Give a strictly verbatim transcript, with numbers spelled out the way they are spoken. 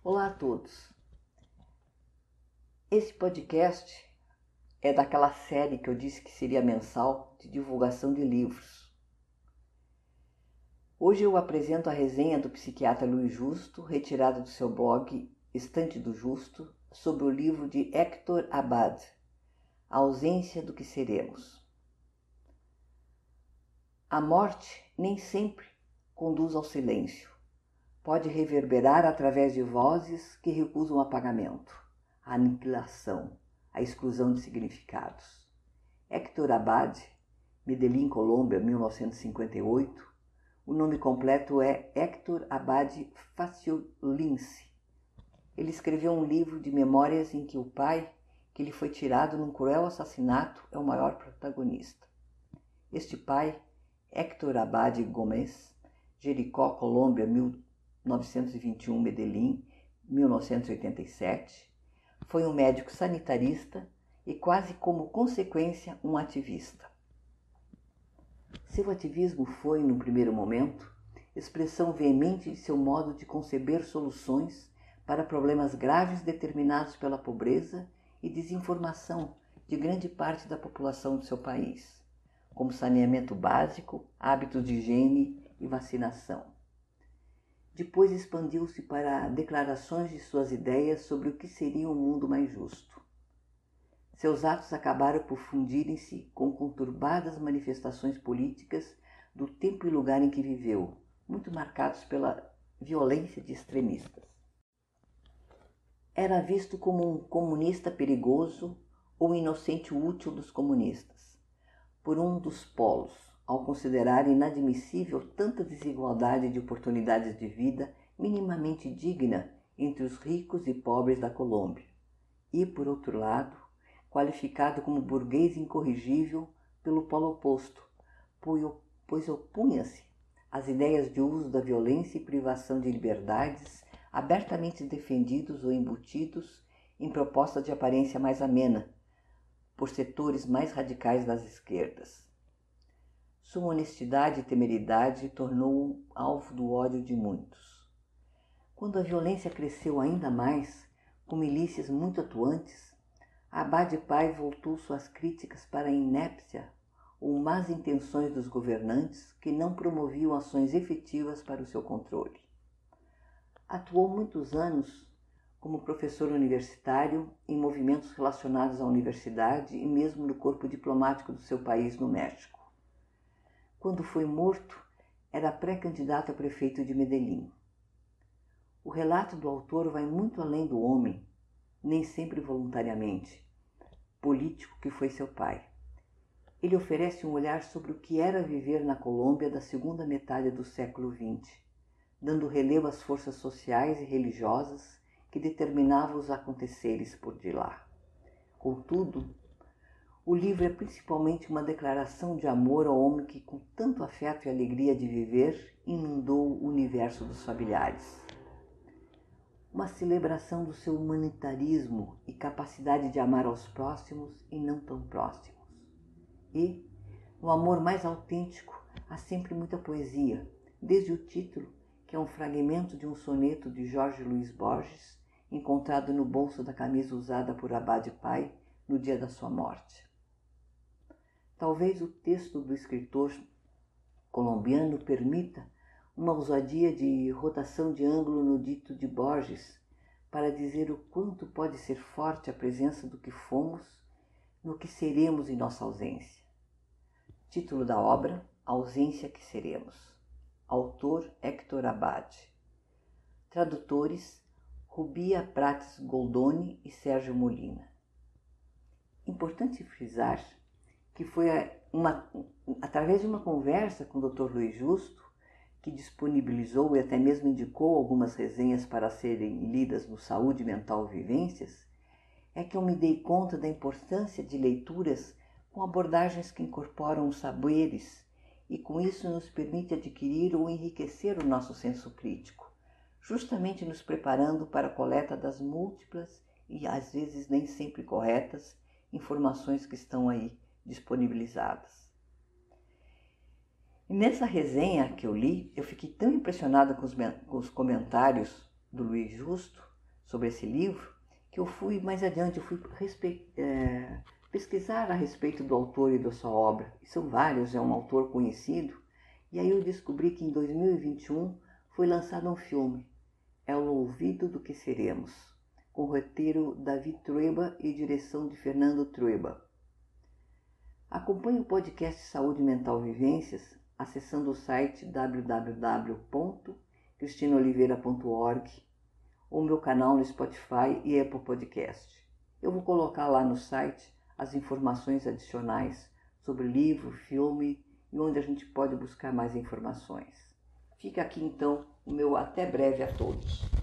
Olá a todos. Esse podcast é daquela série que eu disse que seria mensal de divulgação de livros. Hoje eu apresento a resenha do psiquiatra Luiz Justo, retirada do seu blog Estante do Justo, sobre o livro de Hector Abad, A Ausência do que Seremos. A morte nem sempre conduz ao silêncio. Pode reverberar através de vozes que recusam o apagamento, a aniquilação, a exclusão de significados. Hector Abad, Medellín, Colômbia, mil novecentos e cinquenta e oito. O nome completo é Hector Abad Faciolince. Ele escreveu um livro de memórias em que o pai, que lhe foi tirado num cruel assassinato, é o maior protagonista. Este pai, Hector Abad Gómez, Jericó, Colômbia, mil novecentos e vinte e um, Medellín, mil novecentos e oitenta e sete, foi um médico sanitarista e, quase como consequência, um ativista. Seu ativismo foi, num primeiro momento, expressão veemente de seu modo de conceber soluções para problemas graves determinados pela pobreza e desinformação de grande parte da população do seu país, como saneamento básico, hábitos de higiene e vacinação. Depois expandiu-se para declarações de suas ideias sobre o que seria um mundo mais justo. Seus atos acabaram por fundirem-se com conturbadas manifestações políticas do tempo e lugar em que viveu, muito marcados pela violência de extremistas. Era visto como um comunista perigoso ou um inocente útil dos comunistas, por um dos polos, ao considerar inadmissível tanta desigualdade de oportunidades de vida minimamente digna entre os ricos e pobres da Colômbia, e, por outro lado, qualificado como burguês incorrigível pelo polo oposto, pois opunha-se às ideias de uso da violência e privação de liberdades abertamente defendidos ou embutidos em propostas de aparência mais amena por setores mais radicais das esquerdas. Sua honestidade e temeridade tornou-o alvo do ódio de muitos. Quando a violência cresceu ainda mais, com milícias muito atuantes, Abad pai voltou suas críticas para a inépcia ou más intenções dos governantes que não promoviam ações efetivas para o seu controle. Atuou muitos anos como professor universitário em movimentos relacionados à universidade e mesmo no corpo diplomático do seu país no México. Quando foi morto, era pré-candidato a prefeito de Medellín. O relato do autor vai muito além do homem, nem sempre voluntariamente, político que foi seu pai. Ele oferece um olhar sobre o que era viver na Colômbia da segunda metade do século vinte, dando relevo às forças sociais e religiosas que determinavam os aconteceres por de lá. Contudo, o livro é principalmente uma declaração de amor ao homem que, com tanto afeto e alegria de viver, inundou o universo dos familiares. Uma celebração do seu humanitarismo e capacidade de amar aos próximos e não tão próximos. E, no amor mais autêntico, há sempre muita poesia, desde o título, que é um fragmento de um soneto de Jorge Luiz Borges, encontrado no bolso da camisa usada por Abad pai no dia da sua morte. Talvez o texto do escritor colombiano permita uma ousadia de rotação de ângulo no dito de Borges para dizer o quanto pode ser forte a presença do que fomos no que seremos em nossa ausência. Título da obra: A Ausência que Seremos. Autor: Hector Abad. Tradutores: Rubia Prates Goldoni e Sérgio Molina. Importante frisar que foi uma, através de uma conversa com o doutor Luiz Justo, que disponibilizou e até mesmo indicou algumas resenhas para serem lidas no Saúde Mental Vivências, é que eu me dei conta da importância de leituras com abordagens que incorporam os saberes e com isso nos permite adquirir ou enriquecer o nosso senso crítico, justamente nos preparando para a coleta das múltiplas e às vezes nem sempre corretas informações que estão aí disponibilizadas. E nessa resenha que eu li, eu fiquei tão impressionada com os, com os comentários do Luiz Justo sobre esse livro que eu fui mais adiante, eu fui respe... é... pesquisar a respeito do autor e da sua obra. E são vários, é um autor conhecido. E aí eu descobri que em dois mil e vinte e um foi lançado um filme, É o Ouvido do que Seremos, com roteiro Davi Trueba e direção de Fernando Trueba. Acompanhe o podcast Saúde Mental Vivências acessando o site w w w ponto cristina oliveira ponto org ou meu canal no Spotify e Apple Podcast. Eu vou colocar lá no site as informações adicionais sobre livro, filme e onde a gente pode buscar mais informações. Fica aqui então o meu até breve a todos.